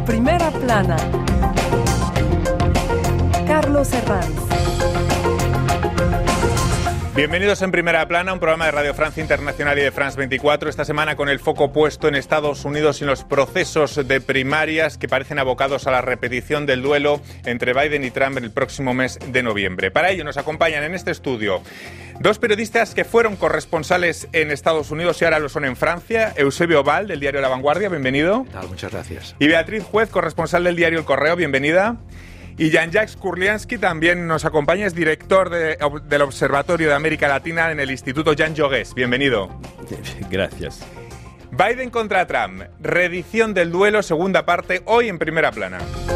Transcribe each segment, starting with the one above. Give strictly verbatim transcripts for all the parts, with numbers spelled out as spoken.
En primera plana, Carlos Herranz. Bienvenidos en Primera Plana, un programa de Radio Francia Internacional y de France veinticuatro. Esta semana con el foco puesto en Estados Unidos y en los procesos de primarias que parecen abocados a la repetición del duelo entre Biden y Trump en el próximo mes de noviembre. Para ello nos acompañan en este estudio dos periodistas que fueron corresponsales en Estados Unidos y ahora lo son en Francia. Eusebio Val, del diario La Vanguardia, bienvenido. Tal, muchas gracias. Y Beatriz Juez, corresponsal del diario El Correo, bienvenida. Y Jean-Jacques Kurlianski también nos acompaña, es director de, del Observatorio de América Latina en el Instituto Jean Jaurès. Bienvenido. Gracias. Biden contra Trump, reedición del duelo, segunda parte, hoy en Primera Plana.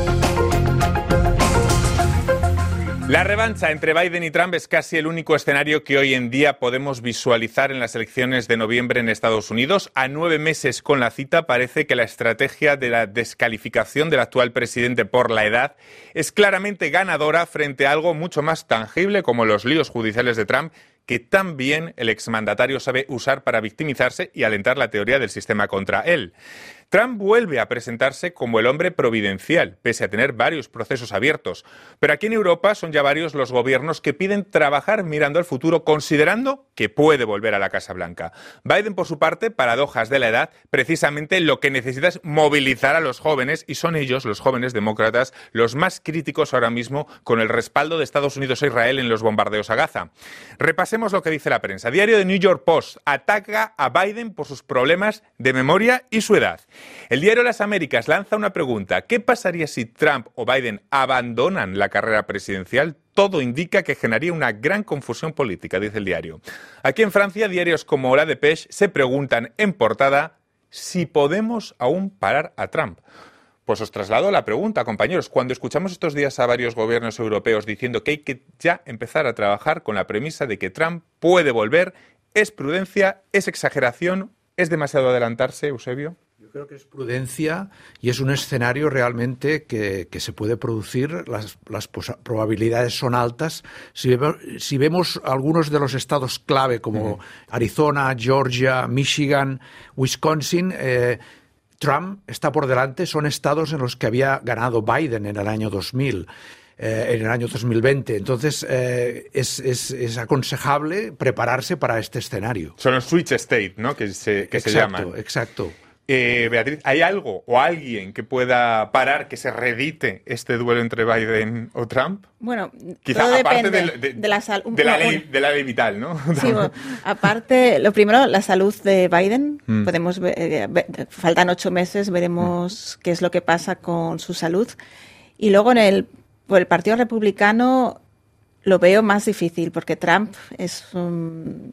La revancha entre Biden y Trump es casi el único escenario que hoy en día podemos visualizar en las elecciones de noviembre en Estados Unidos. A nueve meses con la cita, parece que la estrategia de la descalificación del actual presidente por la edad es claramente ganadora frente a algo mucho más tangible como los líos judiciales de Trump, que también el exmandatario sabe usar para victimizarse y alentar la teoría del sistema contra él. Trump vuelve a presentarse como el hombre providencial, pese a tener varios procesos abiertos. Pero aquí en Europa son ya varios los gobiernos que piden trabajar mirando al futuro, considerando que puede volver a la Casa Blanca. Biden, por su parte, paradojas de la edad, precisamente lo que necesita es movilizar a los jóvenes, y son ellos, los jóvenes demócratas, los más críticos ahora mismo con el respaldo de Estados Unidos a Israel en los bombardeos a Gaza. Repasemos lo que dice la prensa. Diario de New York Post ataca a Biden por sus problemas de memoria y su edad. El diario Las Américas lanza una pregunta. ¿Qué pasaría si Trump o Biden abandonan la carrera presidencial? Todo indica que generaría una gran confusión política, dice el diario. Aquí en Francia, diarios como La Dépêche se preguntan en portada si podemos aún parar a Trump. Pues os traslado la pregunta, compañeros. Cuando escuchamos estos días a varios gobiernos europeos diciendo que hay que ya empezar a trabajar con la premisa de que Trump puede volver, ¿es prudencia? ¿Es exageración? ¿Es demasiado adelantarse, Eusebio? Yo creo que es prudencia y es un escenario realmente que, que se puede producir. Las, las probabilidades son altas. Si vemos, si vemos algunos de los estados clave como uh-huh. Arizona, Georgia, Michigan, Wisconsin, eh, Trump está por delante. Son estados en los que había ganado Biden en el año dos mil. Eh, en el año dos mil veinte. Entonces, eh, es, es, es aconsejable prepararse para este escenario. Son los switch state, ¿no?, que se, que exacto, se llaman. Exacto. Eh, Beatriz, ¿hay algo o alguien que pueda parar que se reedite este duelo entre Biden o Trump? Bueno, quizá todo aparte depende de, de, de, la, sal, de, la ley, de la ley vital, ¿no? Sí, bueno, aparte, lo primero, la salud de Biden. Mm. Podemos ver, eh, faltan ocho meses, veremos mm. qué es lo que pasa con su salud. Y luego en el, por el Partido Republicano lo veo más difícil porque Trump es un...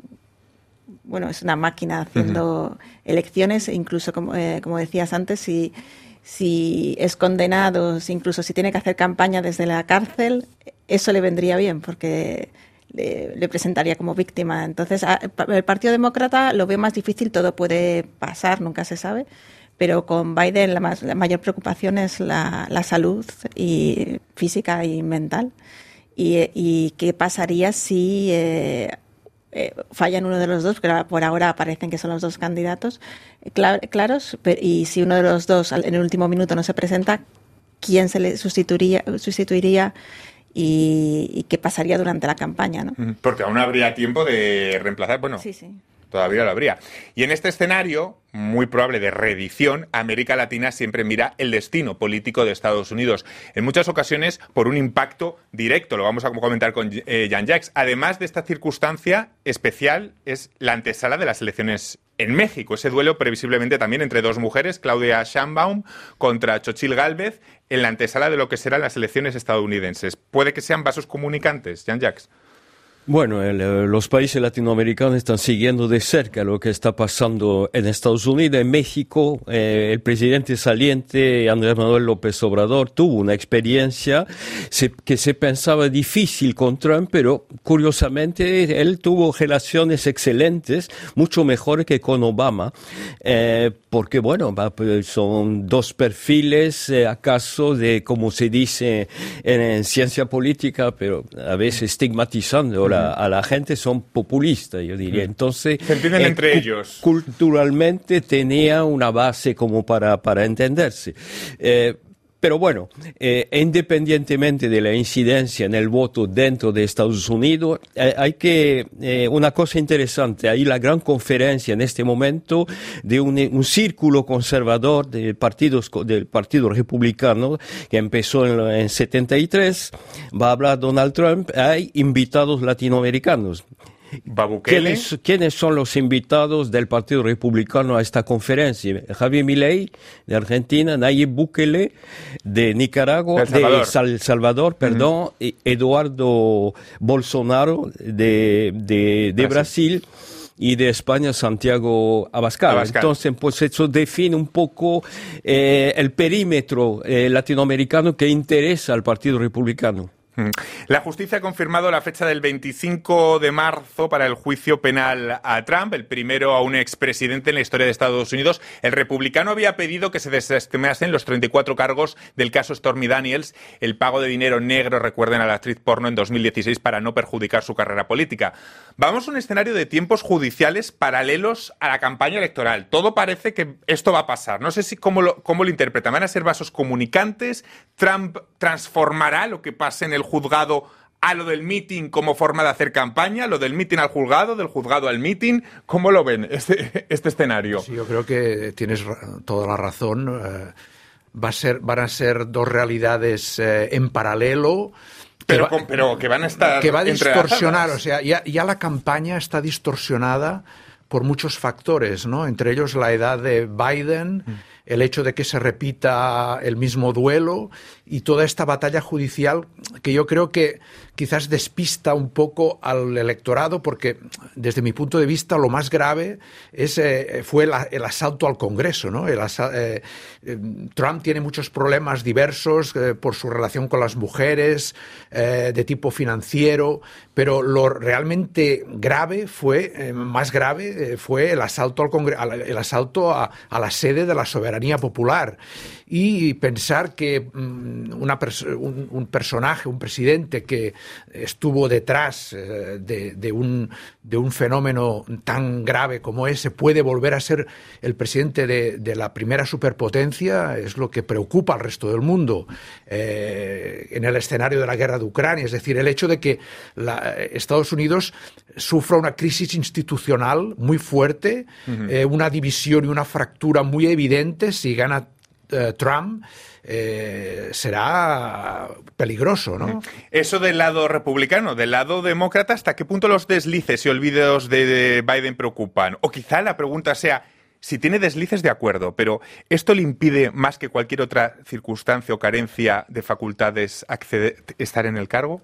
Bueno, es una máquina haciendo uh-huh. elecciones, incluso como, eh, como decías antes, si, si es condenado, si incluso si tiene que hacer campaña desde la cárcel, eso le vendría bien porque le, le presentaría como víctima. Entonces, a, el Partido Demócrata lo veo más difícil, todo puede pasar, nunca se sabe, pero con Biden la, más, la mayor preocupación es la, la salud y física y mental. Y, y qué pasaría si... Eh, Eh, fallan uno de los dos, porque por ahora parecen que son los dos candidatos clar, claros, pero, y si uno de los dos en el último minuto no se presenta, ¿quién se le sustituiría, sustituiría y, y qué pasaría durante la campaña, ¿no? Porque aún habría tiempo de reemplazar, bueno... Sí, sí. Todavía lo habría. Y en este escenario, muy probable de reedición, América Latina siempre mira el destino político de Estados Unidos. En muchas ocasiones por un impacto directo, lo vamos a comentar con eh, Jean-Jacques. Además de esta circunstancia especial, es la antesala de las elecciones en México. Ese duelo previsiblemente también entre dos mujeres, Claudia Sheinbaum contra Xochitl Gálvez, en la antesala de lo que serán las elecciones estadounidenses. ¿Puede que sean vasos comunicantes, Jean-Jacques? Bueno, el, los países latinoamericanos están siguiendo de cerca lo que está pasando en Estados Unidos. En México, eh, el presidente saliente, Andrés Manuel López Obrador, tuvo una experiencia se, que se pensaba difícil con Trump, pero curiosamente él tuvo relaciones excelentes, mucho mejores que con Obama, eh, porque bueno, son dos perfiles, eh, acaso, de, como se dice en, en ciencia política, pero a veces estigmatizando la, a la gente son populistas, yo diría. Entonces, se entienden eh, entre cu- ellos. Culturalmente tenía una base como para, para entenderse. Eh, Pero bueno, eh, independientemente de la incidencia en el voto dentro de Estados Unidos, eh, hay que, eh, una cosa interesante, hay la gran conferencia en este momento de un, un círculo conservador del partido, del partido republicano que empezó en, en setenta y tres, va a hablar Donald Trump, hay invitados latinoamericanos. ¿Quiénes, ¿Quiénes son los invitados del Partido Republicano a esta conferencia? Javier Milei, de Argentina, Nayib Bukele, de Nicaragua, El Salvador. de Sal Salvador, perdón, uh-huh. y Eduardo Bolsonaro, de, de, de Brasil. Brasil, y de España, Santiago Abascal. Abascal. Entonces, pues eso define un poco eh, el perímetro eh, latinoamericano que interesa al Partido Republicano. La justicia ha confirmado la fecha del veinticinco de marzo para el juicio penal a Trump, el primero a un expresidente en la historia de Estados Unidos. El republicano había pedido que se desestimasen los treinta y cuatro cargos del caso Stormy Daniels, el pago de dinero negro, recuerden, a la actriz porno en dos mil dieciséis para no perjudicar su carrera política. Vamos a un escenario de tiempos judiciales paralelos a la campaña electoral. Todo parece que esto va a pasar. No sé si cómo lo, cómo lo interpretan. ¿Van a ser vasos comunicantes? ¿Trump transformará lo que pase en el juzgado a lo del meeting como forma de hacer campaña, lo del meeting al juzgado, del juzgado al meeting? ¿Cómo lo ven este, este escenario? Sí, yo creo que tienes toda la razón. Eh, va a ser, van a ser dos realidades eh, en paralelo. Pero, que va, pero que van a estar que va a distorsionar, o sea, ya, ya la campaña está distorsionada por muchos factores, ¿no? Entre ellos la edad de Biden, mm. el hecho de que se repita el mismo duelo y toda esta batalla judicial que yo creo que quizás despista un poco al electorado, porque desde mi punto de vista lo más grave es, eh, fue el, el asalto al Congreso, ¿no? El asa- eh, eh, Trump tiene muchos problemas diversos eh, por su relación con las mujeres, eh, de tipo financiero, pero lo realmente grave fue, eh, más grave, eh, fue el asalto al Congreso, el asalto a, a la sede de la soberanía popular. Y pensar que um, una pers- un, un personaje, un presidente que estuvo detrás eh, de, de, un, de un fenómeno tan grave como ese puede volver a ser el presidente de, de la primera superpotencia es lo que preocupa al resto del mundo eh, en el escenario de la guerra de Ucrania. Es decir, el hecho de que la, Estados Unidos sufra una crisis institucional muy fuerte, uh-huh. eh, una división y una fractura muy evidente si gana Trump, eh, será peligroso, ¿no? Eso del lado republicano, del lado demócrata, ¿hasta qué punto los deslices y olvidos de Biden preocupan? O quizá la pregunta sea, si tiene deslices, de acuerdo, pero ¿esto le impide más que cualquier otra circunstancia o carencia de facultades acceder, estar en el cargo?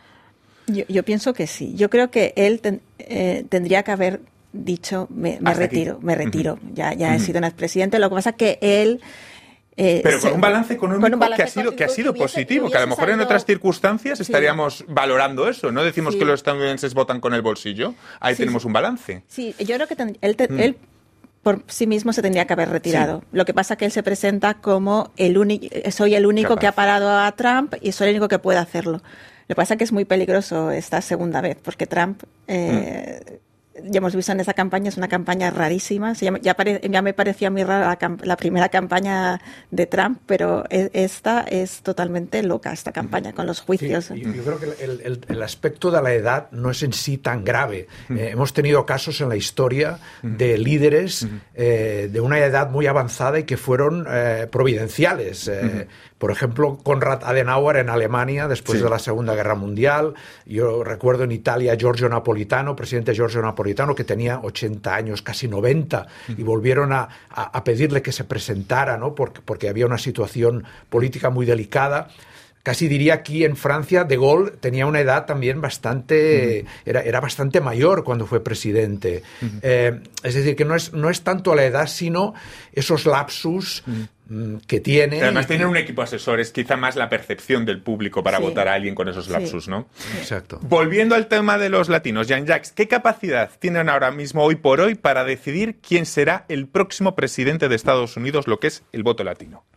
Yo, yo pienso que sí. Yo creo que él ten, eh, tendría que haber dicho, me, me retiro, aquí. me retiro. Uh-huh. Ya, ya uh-huh. he sido un expresidente. Lo que pasa es que él... Eh, Pero con un balance económico con un balance que ha sido, que ha sido hubiese, positivo, hubiese que a lo mejor salido... en otras circunstancias sí. estaríamos valorando eso. No decimos sí. que los estadounidenses votan con el bolsillo. Ahí sí, tenemos sí. un balance. Sí, yo creo que ten, él, te, mm. él por sí mismo se tendría que haber retirado. Sí. Lo que pasa es que él se presenta como el único, soy el único Capaz. que ha parado a Trump y soy el único que puede hacerlo. Lo que pasa es que es muy peligroso esta segunda vez, porque Trump... Eh, mm. ya hemos visto en esa campaña, es una campaña rarísima. Ya, ya, pare, ya me parecía muy rara la, la primera campaña de Trump, pero esta es totalmente loca, esta campaña, con los juicios. Sí, yo, yo creo que el, el, el aspecto de la edad no es en sí tan grave. Mm. Eh, hemos tenido casos en la historia mm. de líderes mm. eh, de una edad muy avanzada y que fueron eh, providenciales. Eh, mm. Por ejemplo, Konrad Adenauer en Alemania, después sí. de la Segunda Guerra Mundial. Yo recuerdo en Italia Giorgio Napolitano, presidente Giorgio Napolitano, que tenía ochenta años, casi noventa, uh-huh. y volvieron a, a, a pedirle que se presentara, ¿no? porque, porque había una situación política muy delicada. Casi diría aquí en Francia, De Gaulle tenía una edad también bastante, uh-huh. era, era bastante mayor cuando fue presidente. Uh-huh. Eh, es decir, que no es, no es tanto la edad, sino esos lapsus uh-huh. que tiene. Además, tener un equipo asesor es quizá más la percepción del público para sí. votar a alguien con esos lapsus, sí. ¿no? Exacto. Volviendo al tema de los latinos, Jean-Jacques, ¿qué capacidad tienen ahora mismo, hoy por hoy, para decidir quién será el próximo presidente de Estados Unidos, lo que es el voto latino?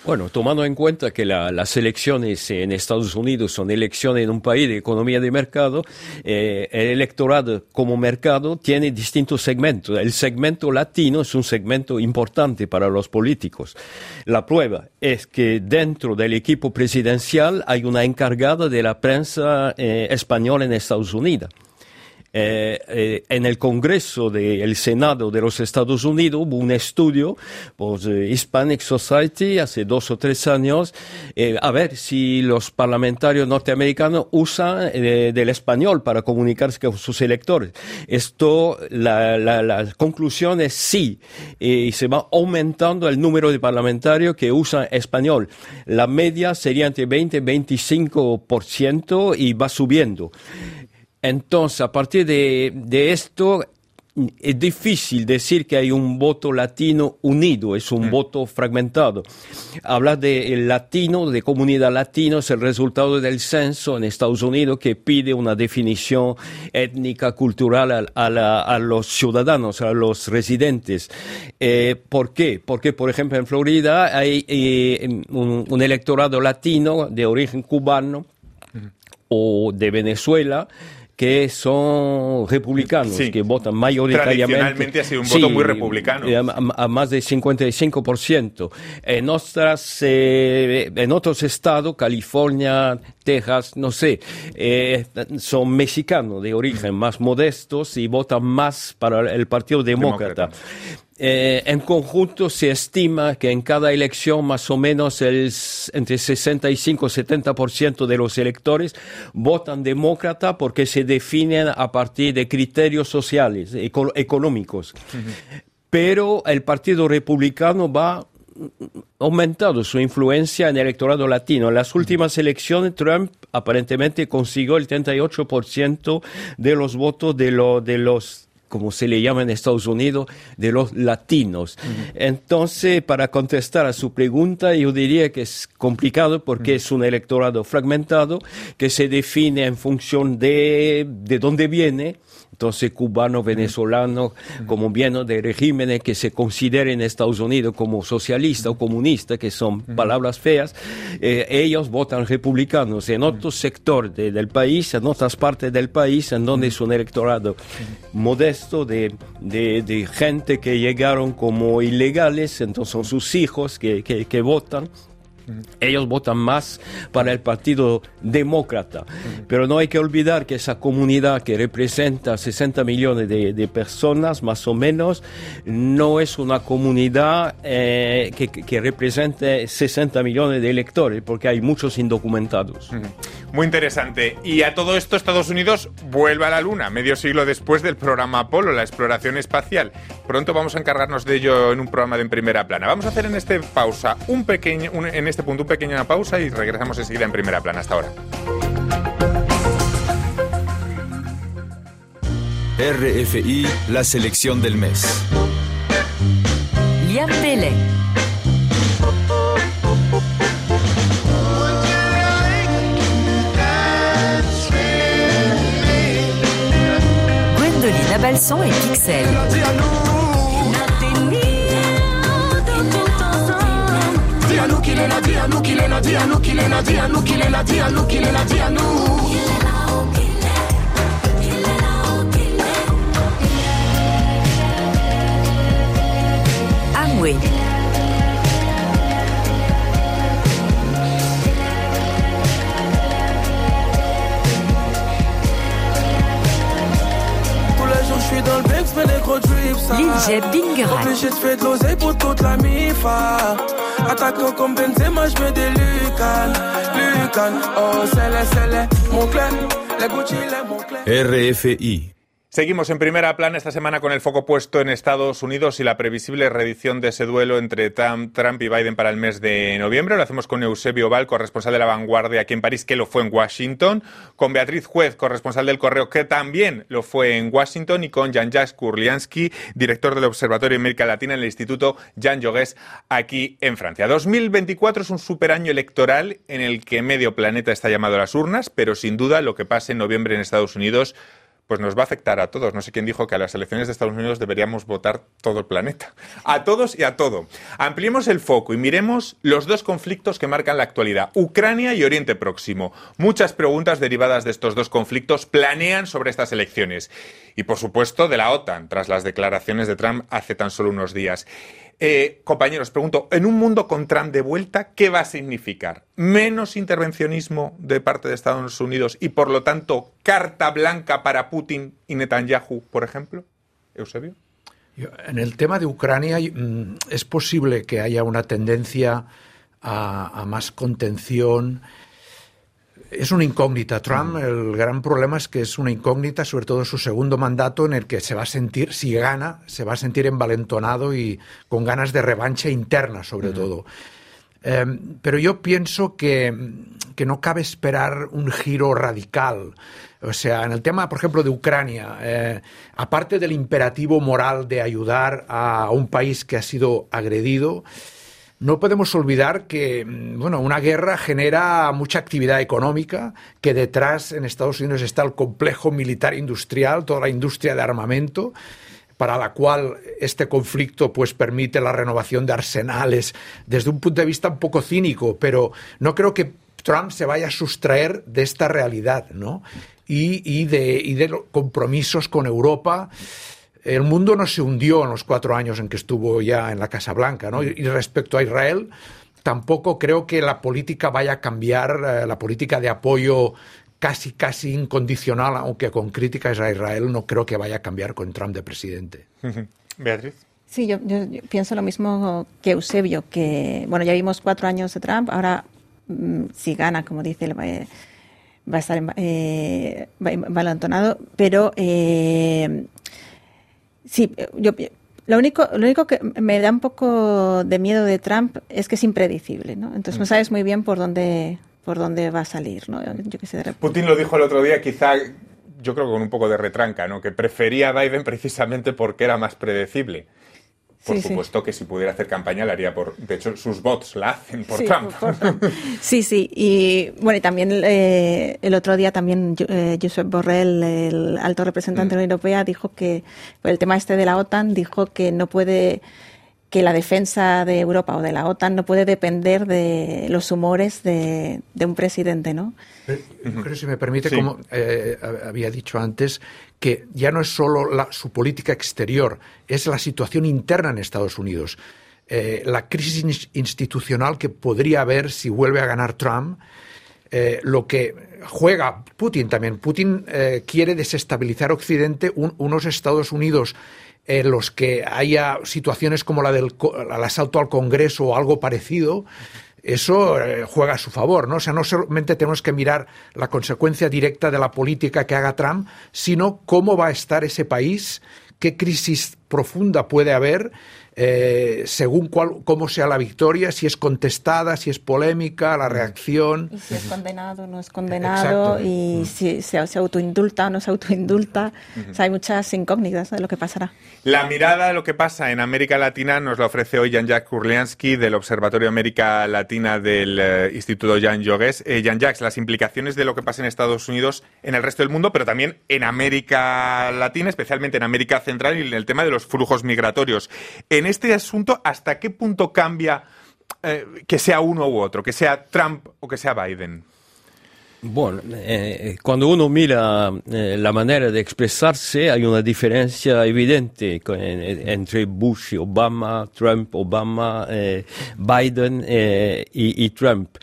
Bueno, tomando en cuenta que la, las elecciones en Estados Unidos son elecciones en un país de economía de mercado, eh, el electorado como mercado tiene distintos segmentos. El segmento latino es un segmento importante para los políticos. La prueba es que dentro del equipo presidencial hay una encargada de la prensa eh, española en Estados Unidos. Eh, eh, en el Congreso del Senado de los Estados Unidos hubo un estudio por eh, Hispanic Society hace dos o tres años eh, a ver si los parlamentarios norteamericanos usan eh, del español para comunicarse con sus electores. Esto, la, la, la conclusión es sí, y se va aumentando el número de parlamentarios que usan español. La media sería entre veinte y veinticinco por ciento y va subiendo. Entonces, a partir de, de esto, es difícil decir que hay un voto latino unido, es un mm. voto fragmentado. Hablar de latino, de comunidad latina, es el resultado del censo en Estados Unidos que pide una definición étnica, cultural a, a, la, a los ciudadanos, a los residentes. Eh, ¿Por qué? Porque, por ejemplo, en Florida hay eh, un, un electorado latino de origen cubano mm. o de Venezuela, que son republicanos, sí, que votan mayoritariamente. Tradicionalmente ha sido un voto sí, muy republicano. A, a más de cincuenta y cinco por ciento. En, otras, eh, en otros estados, California, Texas, no sé, eh, son mexicanos de origen, más modestos y votan más para el Partido Demócrata. Demócrata. Eh, en conjunto se estima que en cada elección más o menos el, entre sesenta y cinco y setenta por ciento de los electores votan demócrata porque se definen a partir de criterios sociales, eco, económicos. Uh-huh. Pero el Partido Republicano va aumentando su influencia en el electorado latino. En las últimas elecciones, Trump aparentemente consiguió el treinta y ocho por ciento de los votos de, lo, de los como se le llama en Estados Unidos, de los latinos. Uh-huh. Entonces, para contestar a su pregunta, yo diría que es complicado porque uh-huh. es un electorado fragmentado que se define en función de, de dónde viene. Entonces, cubano, venezolano, uh-huh. como vienen de regímenes que se consideren en Estados Unidos como socialista uh-huh. o comunista, que son uh-huh. palabras feas, eh, ellos votan republicanos. En otro uh-huh. sector de, del país, en otras partes del país, en donde uh-huh. es un electorado uh-huh. modesto de, de, de gente que llegaron como ilegales, entonces son sus hijos que, que, que votan. Ellos votan más para el Partido Demócrata, uh-huh. pero no hay que olvidar que esa comunidad que representa sesenta millones de, de personas, más o menos, no es una comunidad eh, que, que represente sesenta millones de electores, porque hay muchos indocumentados. Uh-huh. Muy interesante. Y a todo esto, Estados Unidos vuelve a la Luna, medio siglo después del programa Apolo, la exploración espacial. Pronto vamos a encargarnos de ello en un programa de En Primera Plana. Vamos a hacer en este pausa un pequeño, un, en este punto, un pequeña pausa y regresamos enseguida en Primera Plana. Hasta ahora. R F I, la selección del mes. Liam Pele. Gwendolina Balson et Pixel. Dis-à-nous qu'il est là, dis-à-nous qu'il est là, dis-à-nous qu'il est là, dis-à-nous qu'il est là, dis-à-nous qu'il est là, dis-à-nous. Amway. Tous les jours je suis dans le Banks, mais des gros drips. Lil Jeb Bingerac. Obligé de faire de l'oseille pour toute la mifa. Attaquant comme Benzema, je mets des Lucan, Lucan, oh, c'est c'est mon clan, les Gucci, les mon clan. R F I. Seguimos en Primera Plana esta semana con el foco puesto en Estados Unidos y la previsible reedición de ese duelo entre Trump y Biden para el mes de noviembre. Lo hacemos con Eusebio Val, corresponsal de La Vanguardia aquí en París, que lo fue en Washington, con Beatriz Juez, corresponsal del Correo, que también lo fue en Washington, y con Jean-Jacques Kurliansky, director del Observatorio de América Latina en el Instituto Jean Jaurès aquí en Francia. dos mil veinticuatro es un superaño electoral en el que medio planeta está llamado a las urnas, pero sin duda lo que pase en noviembre en Estados Unidos pues nos va a afectar a todos. No sé quién dijo que a las elecciones de Estados Unidos deberíamos votar todo el planeta. A todos y a todo. Ampliemos el foco y miremos los dos conflictos que marcan la actualidad. Ucrania y Oriente Próximo. Muchas preguntas derivadas de estos dos conflictos planean sobre estas elecciones. Y, por supuesto, de la OTAN, tras las declaraciones de Trump hace tan solo unos días. Eh, compañeros, pregunto, en un mundo con Trump de vuelta, ¿qué va a significar? ¿Menos intervencionismo de parte de Estados Unidos y, por lo tanto, carta blanca para Putin y Netanyahu, por ejemplo? Eusebio. En el tema de Ucrania es posible que haya una tendencia a, a más contención. Es una incógnita. Trump, el gran problema es que es una incógnita, sobre todo en su segundo mandato, en el que se va a sentir, si gana, se va a sentir envalentonado y con ganas de revancha interna, sobre uh-huh. todo. Eh, pero yo pienso que, que no cabe esperar un giro radical. O sea, en el tema, por ejemplo, de Ucrania, eh, aparte del imperativo moral de ayudar a un país que ha sido agredido, no podemos olvidar que, bueno, una guerra genera mucha actividad económica, que detrás en Estados Unidos está el complejo militar industrial, toda la industria de armamento, para la cual este conflicto pues permite la renovación de arsenales desde un punto de vista un poco cínico, pero no creo que Trump se vaya a sustraer de esta realidad, ¿no? Y, y, de, y de los compromisos con Europa. El mundo no se hundió en los cuatro años en que estuvo ya en la Casa Blanca, ¿no? Y, y respecto a Israel, tampoco creo que la política vaya a cambiar, eh, la política de apoyo casi, casi incondicional, aunque con críticas a Israel, no creo que vaya a cambiar con Trump de presidente. Beatriz. Sí, yo, yo, yo pienso lo mismo que Eusebio, que, bueno, ya vimos cuatro años de Trump, ahora mmm, si gana, como dice, va, va a estar eh, envalentonado, pero... Eh, Sí, yo, lo único, lo único que me da un poco de miedo de Trump es que es impredecible, ¿no? Entonces no sabes muy bien por dónde, por dónde va a salir, ¿no? Yo qué sé, de repente. Putin lo dijo el otro día, quizá, yo creo que con un poco de retranca, ¿no? Que prefería a Biden precisamente porque era más predecible. Por sí, supuesto sí. que si pudiera hacer campaña la haría por... De hecho, sus bots la hacen por sí, Trump. Por, por Trump. Sí, sí. Y bueno, y también eh, el otro día también eh, Josep Borrell, el alto representante mm. de la Unión Europea, dijo que, por el tema este de la OTAN, dijo que no puede... que la defensa de Europa o de la OTAN no puede depender de los humores de, de un presidente, ¿no? Pero, yo creo, si me permite, sí. como eh, había dicho antes, que ya no es solo la, su política exterior, es la situación interna en Estados Unidos. Eh, la crisis institucional que podría haber si vuelve a ganar Trump, eh, lo que juega Putin también. Putin eh, quiere desestabilizar Occidente, un, unos Estados Unidos en los que haya situaciones como la del el asalto al Congreso o algo parecido. Eso eh, juega a su favor, ¿no? O sea, no solamente tenemos que mirar la consecuencia directa de la política que haga Trump, sino cómo va a estar ese país, qué crisis profunda puede haber, eh, según cuál, cómo sea la victoria, si es contestada, si es polémica, la reacción. Y si es condenado o no es condenado, exacto. y mm. si se, se autoindulta o no se autoindulta. Mm-hmm. O sea, hay muchas incógnitas de lo que pasará. La mirada de lo que pasa en América Latina nos la ofrece hoy Jean-Jacques Kurliansky del Observatorio América Latina del eh, Instituto Jean Jaurès. Eh, Jean-Jacques, las implicaciones de lo que pasa en Estados Unidos, en el resto del mundo, pero también en América Latina, especialmente en América Central y en el tema de los flujos migratorios. En este asunto, ¿hasta qué punto cambia eh, que sea uno u otro, que sea Trump o que sea Biden? Bueno, eh, cuando uno mira eh, la manera de expresarse, hay una diferencia evidente con, en, entre Bush y Obama, Trump, Obama, eh, Biden eh, y, y Trump.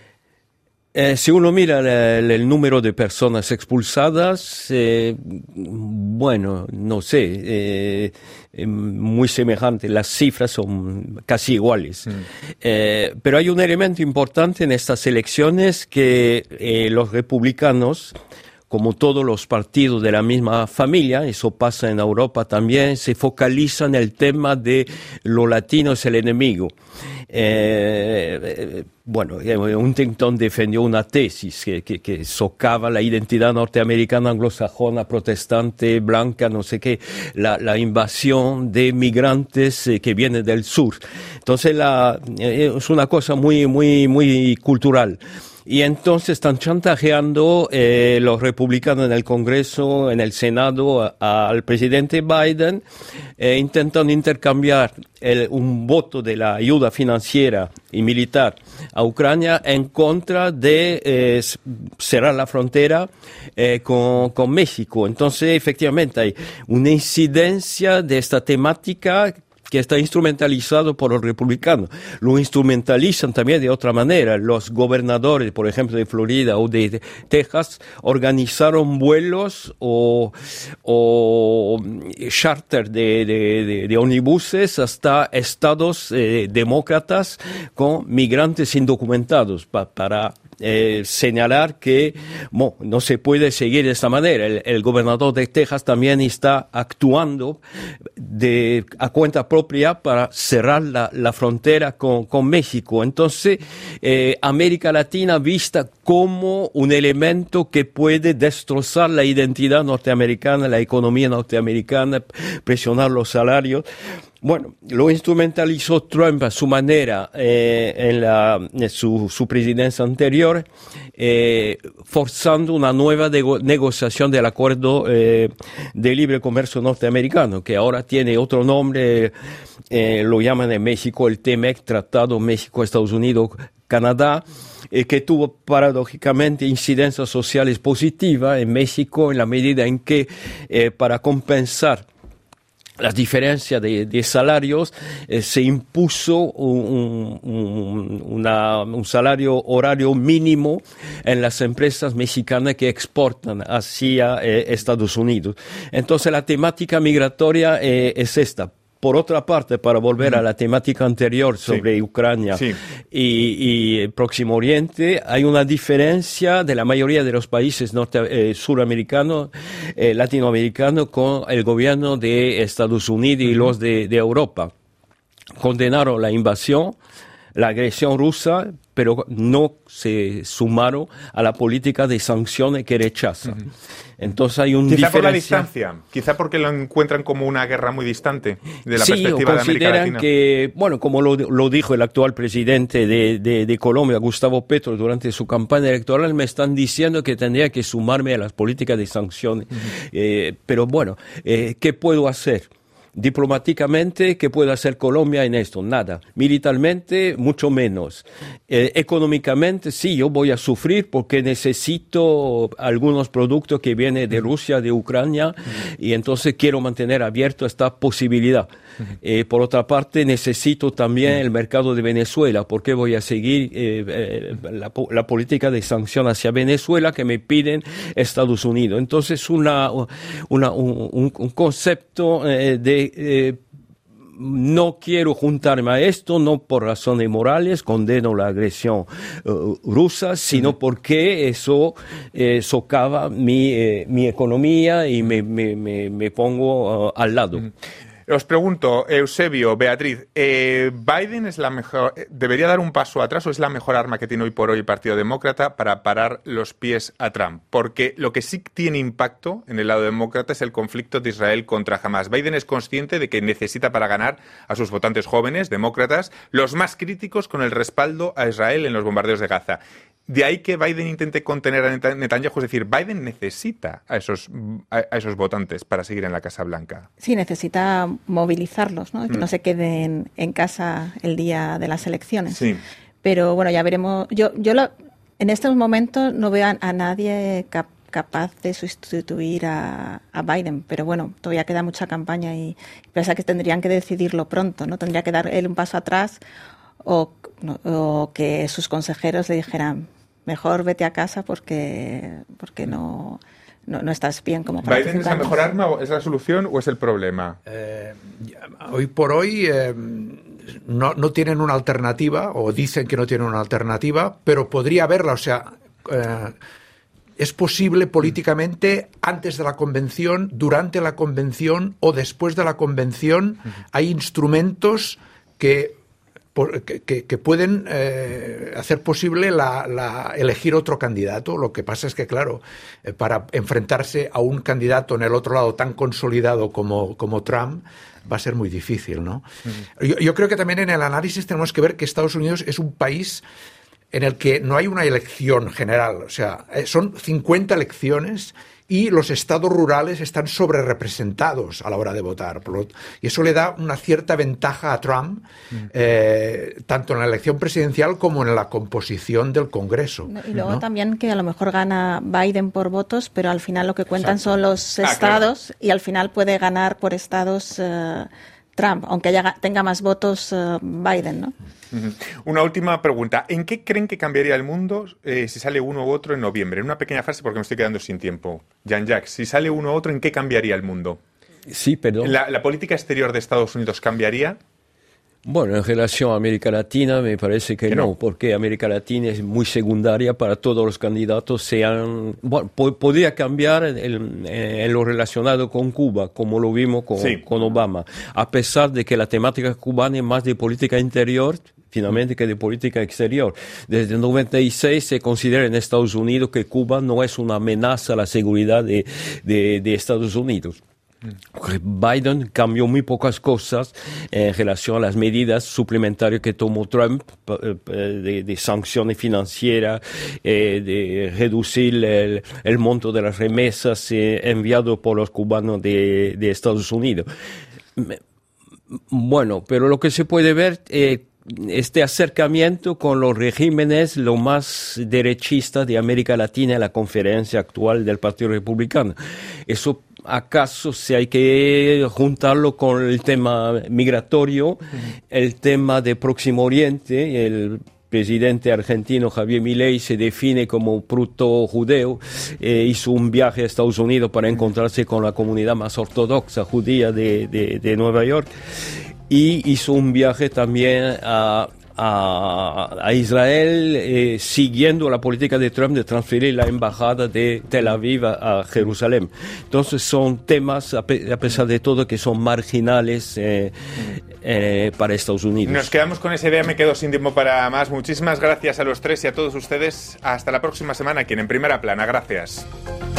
Eh, si uno mira el, el número de personas expulsadas, eh, bueno, no sé, eh, eh, muy semejante, las cifras son casi iguales. Mm. Eh, pero hay un elemento importante en estas elecciones que eh, los republicanos, como todos los partidos de la misma familia, eso pasa en Europa también, se focalizan en el tema de los latinos el enemigo. Eh, eh, bueno, Huntington defendió una tesis que, que, que socava la identidad norteamericana, anglosajona, protestante, blanca, no sé qué, la, la invasión de migrantes eh, que vienen del sur. Entonces la, eh, es una cosa muy, muy, muy cultural. y entonces están chantajeando eh, los republicanos en el Congreso, en el Senado, a, a, al presidente Biden, eh, intentan intercambiar el, un voto de la ayuda financiera y militar a Ucrania en contra de eh, cerrar la frontera eh, con, con México. Entonces, efectivamente, hay una incidencia de esta temática que está instrumentalizado por los republicanos. Lo instrumentalizan también de otra manera. Los gobernadores, por ejemplo, de Florida o de Texas, organizaron vuelos o, o charter de, de, de, de ómnibuses hasta estados eh, demócratas con migrantes indocumentados pa, para Eh, señalar que bueno, no se puede seguir de esta manera. El, el gobernador de Texas también está actuando de, a cuenta propia para cerrar la, la frontera con, con México. Entonces, eh, América Latina vista como un elemento que puede destrozar la identidad norteamericana, la economía norteamericana, presionar los salarios. Bueno, lo instrumentalizó Trump a su manera eh, en, la, en su, su presidencia anterior, eh, forzando una nueva de, negociación del acuerdo eh, de libre comercio norteamericano, que ahora tiene otro nombre, eh, lo llaman en México el T M E C, Tratado México-Estados Unidos-Canadá, eh, que tuvo paradójicamente incidencias sociales positivas en México en la medida en que eh, para compensar las diferencias de, de salarios, eh, se impuso un, un, una, un salario horario mínimo en las empresas mexicanas que exportan hacia eh, Estados Unidos. Entonces la temática migratoria eh, es esta. Por otra parte, para volver a la temática anterior sobre sí. Ucrania sí. Y, y el Próximo Oriente, hay una diferencia de la mayoría de los países norte, eh, suramericanos, eh, latinoamericanos, con el gobierno de Estados Unidos y los de, de Europa. Condenaron la invasión, la agresión rusa, pero no se sumaron a la política de sanciones que rechazan. Uh-huh. Entonces hay un Quizá diferencia... por la distancia, quizá porque lo encuentran como una guerra muy distante de la sí, perspectiva de América Latina. Uh-huh. Os pregunto, Eusebio, Beatriz, eh, ¿Biden es la mejor, debería dar un paso atrás o es la mejor arma que tiene hoy por hoy el Partido Demócrata para parar los pies a Trump? Porque lo que sí tiene impacto en el lado demócrata es el conflicto de Israel contra Hamás. Biden es consciente de que necesita para ganar a sus votantes jóvenes, demócratas, los más críticos con el respaldo a Israel en los bombardeos de Gaza. De ahí que Biden intente contener a Netanyahu, es decir, Biden necesita a esos, a esos votantes para seguir en la Casa Blanca. Sí, necesita movilizarlos, ¿no? Que mm. no se queden en casa el día de las elecciones. Sí. Pero bueno, ya veremos. Yo, yo lo, en estos momentos no veo a, a nadie cap, capaz de sustituir a, a Biden, pero bueno, todavía queda mucha campaña y piensa que tendrían que decidirlo pronto, ¿no? Tendría que dar él un paso atrás o, no, o que sus consejeros le dijeran mejor vete a casa porque porque no no, no estás bien como para ¿Biden es la mejor arma o es la solución o es el problema? Eh, hoy por hoy eh, no, no tienen una alternativa o dicen que no tienen una alternativa, pero podría haberla, o sea, eh, es posible políticamente antes de la convención, durante la convención o después de la convención. Uh-huh. Hay instrumentos que Por, que, que pueden eh, hacer posible la, la, elegir otro candidato. Lo que pasa es que, claro, eh, para enfrentarse a un candidato en el otro lado tan consolidado como, como Trump va a ser muy difícil, ¿no? Uh-huh. Yo, yo creo que también en el análisis tenemos que ver que Estados Unidos es un país en el que no hay una elección general, o sea, son cincuenta elecciones y los estados rurales están sobrerepresentados a la hora de votar. Y eso le da una cierta ventaja a Trump, eh, tanto en la elección presidencial como en la composición del Congreso. Y luego ¿no? también que a lo mejor gana Biden por votos, pero al final lo que cuentan Exacto. son los Ah, estados claro. y al final puede ganar por estados eh, Trump, aunque haya, tenga más votos eh, Biden, ¿no? Una última pregunta. ¿En qué creen que cambiaría el mundo eh, si sale uno u otro en noviembre? En una pequeña frase porque me estoy quedando sin tiempo. Jean-Jacques, si sale uno u otro, ¿en qué cambiaría el mundo? Sí, perdón. ¿La, la política exterior de Estados Unidos cambiaría? Bueno, en relación a América Latina me parece que, que no, no, porque América Latina es muy secundaria para todos los candidatos. Sean, bueno, po- podría cambiar el, eh, en lo relacionado con Cuba, como lo vimos con, sí. con Obama, a pesar de que la temática cubana es más de política interior, finalmente, que de política exterior. Desde el noventa y seis se considera en Estados Unidos que Cuba no es una amenaza a la seguridad de, de, de Estados Unidos. Biden cambió muy pocas cosas en relación a las medidas suplementarias que tomó Trump de, de sanciones financieras, eh, de reducir el, el monto de las remesas eh, enviadas por los cubanos de, de Estados Unidos. Bueno, pero lo que se puede ver eh, este acercamiento con los regímenes lo más derechistas de América Latina en la conferencia actual del Partido Republicano. Eso acaso si hay que juntarlo con el tema migratorio, el tema de Próximo Oriente. El presidente argentino Javier Milei se define como proto-judeo, eh, hizo un viaje a Estados Unidos para encontrarse con la comunidad más ortodoxa judía de, de, de Nueva York, y hizo un viaje también a A, a Israel, eh, siguiendo la política de Trump de transferir la embajada de Tel Aviv a, a Jerusalén. Entonces son temas, a, pe, a pesar de todo, que son marginales eh, eh, para Estados Unidos. Nos quedamos con esa idea, me quedo sin tiempo para más. Muchísimas gracias a los tres y a todos ustedes. Hasta la próxima semana aquí en En Primera Plana. Gracias.